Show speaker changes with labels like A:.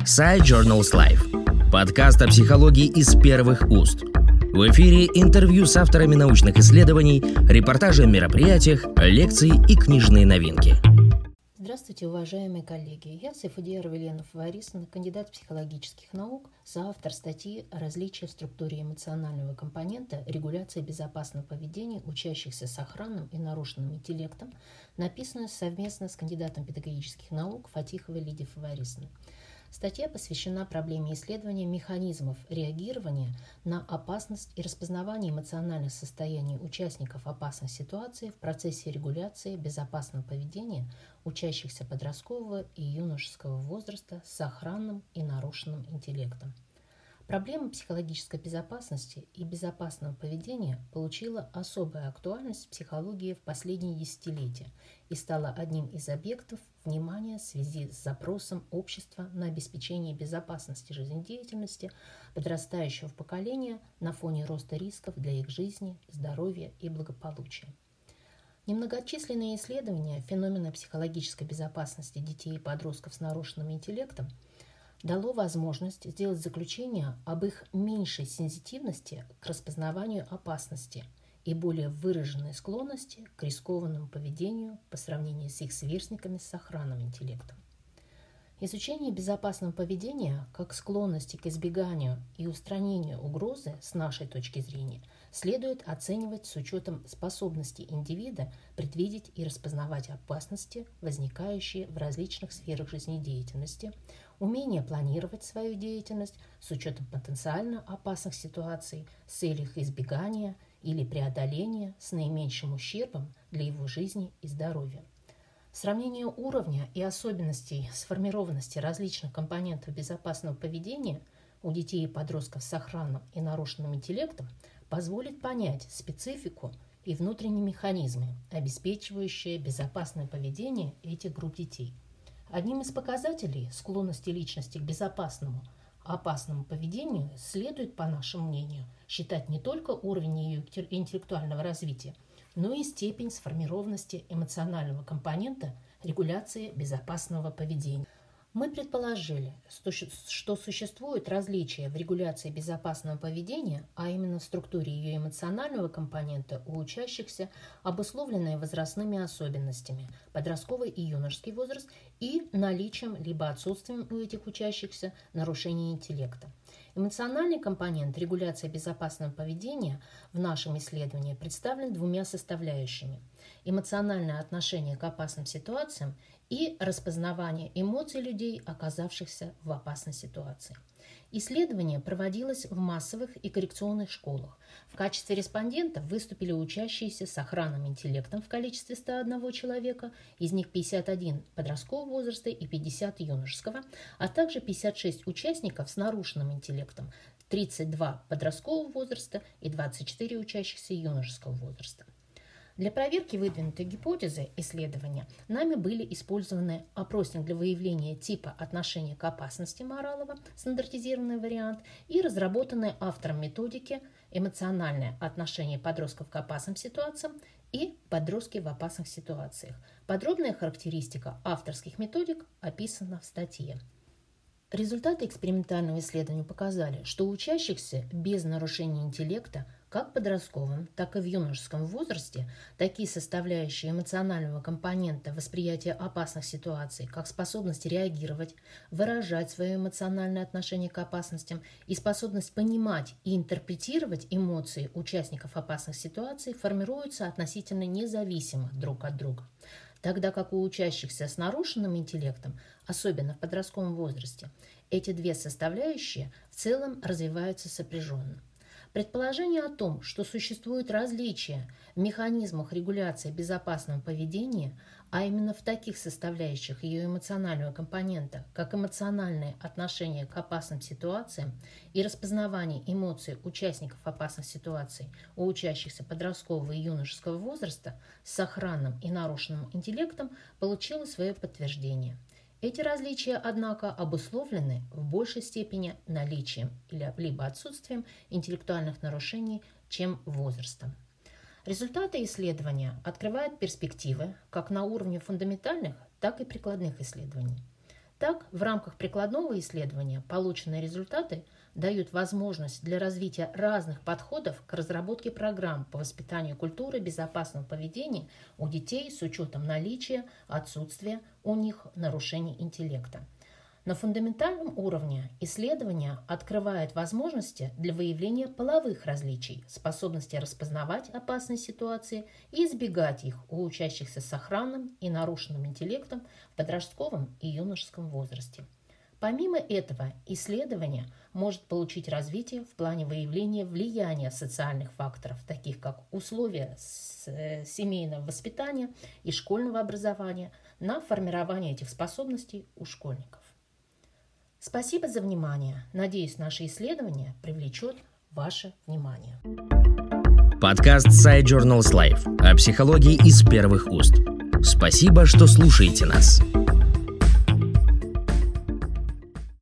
A: Sci Journals Live. Подкаст о психологии из первых уст. В эфире интервью с авторами научных исследований, репортажи о мероприятиях, лекции и книжные новинки.
B: Здравствуйте, уважаемые коллеги. Я Сайфудия Варисовна, кандидат психологических наук, соавтор статьи «Различия в структуре эмоционального компонента регуляции безопасного поведения учащихся с охранным и нарушенным интеллектом», написанная совместно с кандидатом педагогических наук Фатиховой Лидией Фаварисовной. Статья посвящена проблеме исследования механизмов реагирования на опасность и распознавания эмоциональных состояний участников опасных ситуаций в процессе регуляции безопасного поведения учащихся подросткового и юношеского возраста с охранным и нарушенным интеллектом. Проблема психологической безопасности и безопасного поведения получила особую актуальность в психологии в последние десятилетия и стала одним из объектов внимания в связи с запросом общества на обеспечение безопасности жизнедеятельности подрастающего поколения на фоне роста рисков для их жизни, здоровья и благополучия. Немногочисленные исследования феномена психологической безопасности детей и подростков с нарушенным интеллектом дало возможность сделать заключение об их меньшей сенситивности к распознаванию опасности и более выраженной склонности к рискованному поведению по сравнению с их сверстниками с охранным интеллектом. Изучение безопасного поведения как склонности к избеганию и устранению угрозы с нашей точки зрения следует оценивать с учетом способности индивида предвидеть и распознавать опасности, возникающие в различных сферах жизнедеятельности, умение планировать свою деятельность с учетом потенциально опасных ситуаций с целью их избегания или преодоления с наименьшим ущербом для его жизни и здоровья. Сравнение уровня и особенностей сформированности различных компонентов безопасного поведения у детей и подростков с охранным и нарушенным интеллектом позволит понять специфику и внутренние механизмы, обеспечивающие безопасное поведение этих групп детей. Одним из показателей склонности личности к безопасному, опасному поведению следует, по нашему мнению, считать не только уровень ее интеллектуального развития, но и степень сформированности эмоционального компонента регуляции безопасного поведения. Мы предположили, что существует различие в регуляции безопасного поведения, а именно в структуре ее эмоционального компонента у учащихся, обусловленные возрастными особенностями, подростковый и юношеский возраст и наличием либо отсутствием у этих учащихся нарушений интеллекта. Эмоциональный компонент регуляции безопасного поведения в нашем исследовании представлен двумя составляющими: эмоциональное отношение к опасным ситуациям и распознавание эмоций людей, оказавшихся в опасной ситуации. Исследование проводилось в массовых и коррекционных школах. В качестве респондентов выступили учащиеся с охранным интеллектом в количестве 101 человека, из них 51 подросткового возраста и 50 юношеского, а также 56 участников с нарушенным интеллектом, 32 подросткового возраста и 24 учащихся юношеского возраста. Для проверки выдвинутой гипотезы исследования нами были использованы опросник для выявления типа отношения к опасности Маралова, стандартизированный вариант, и разработанные автором методики «Эмоциональное отношение подростков к опасным ситуациям» и «Подростки в опасных ситуациях». Подробная характеристика авторских методик описана в статье. Результаты экспериментального исследования показали, что у учащихся без нарушения интеллекта как в подростковом, так и в юношеском возрасте такие составляющие эмоционального компонента восприятия опасных ситуаций, как способность реагировать, выражать свое эмоциональное отношение к опасностям и способность понимать и интерпретировать эмоции участников опасных ситуаций, формируются относительно независимо друг от друга. Тогда как у учащихся с нарушенным интеллектом, особенно в подростковом возрасте, эти две составляющие в целом развиваются сопряженно. Предположение о том, что существуют различия в механизмах регуляции безопасного поведения, а именно в таких составляющих ее эмоционального компонента, как эмоциональное отношение к опасным ситуациям и распознавание эмоций участников опасных ситуаций у учащихся подросткового и юношеского возраста с охранным и нарушенным интеллектом, получило свое подтверждение. Эти различия, однако, обусловлены в большей степени наличием либо отсутствием интеллектуальных нарушений, чем возрастом. Результаты исследования открывают перспективы как на уровне фундаментальных, так и прикладных исследований. Так, в рамках прикладного исследования полученные результаты дают возможность для развития разных подходов к разработке программ по воспитанию культуры безопасного поведения у детей с учетом наличия, отсутствия у них нарушений интеллекта. На фундаментальном уровне исследования открывают возможности для выявления половых различий, способности распознавать опасные ситуации и избегать их у учащихся с сохранным и нарушенным интеллектом в подростковом и юношеском возрасте. Помимо этого, исследование может получить развитие в плане выявления влияния социальных факторов, таких как условия семейного воспитания и школьного образования, на формирование этих способностей у школьников. Спасибо за внимание. Надеюсь, наше исследование привлечет ваше внимание.
A: Подкаст Side Journals Life о психологии из первых уст. Спасибо, что слушаете нас.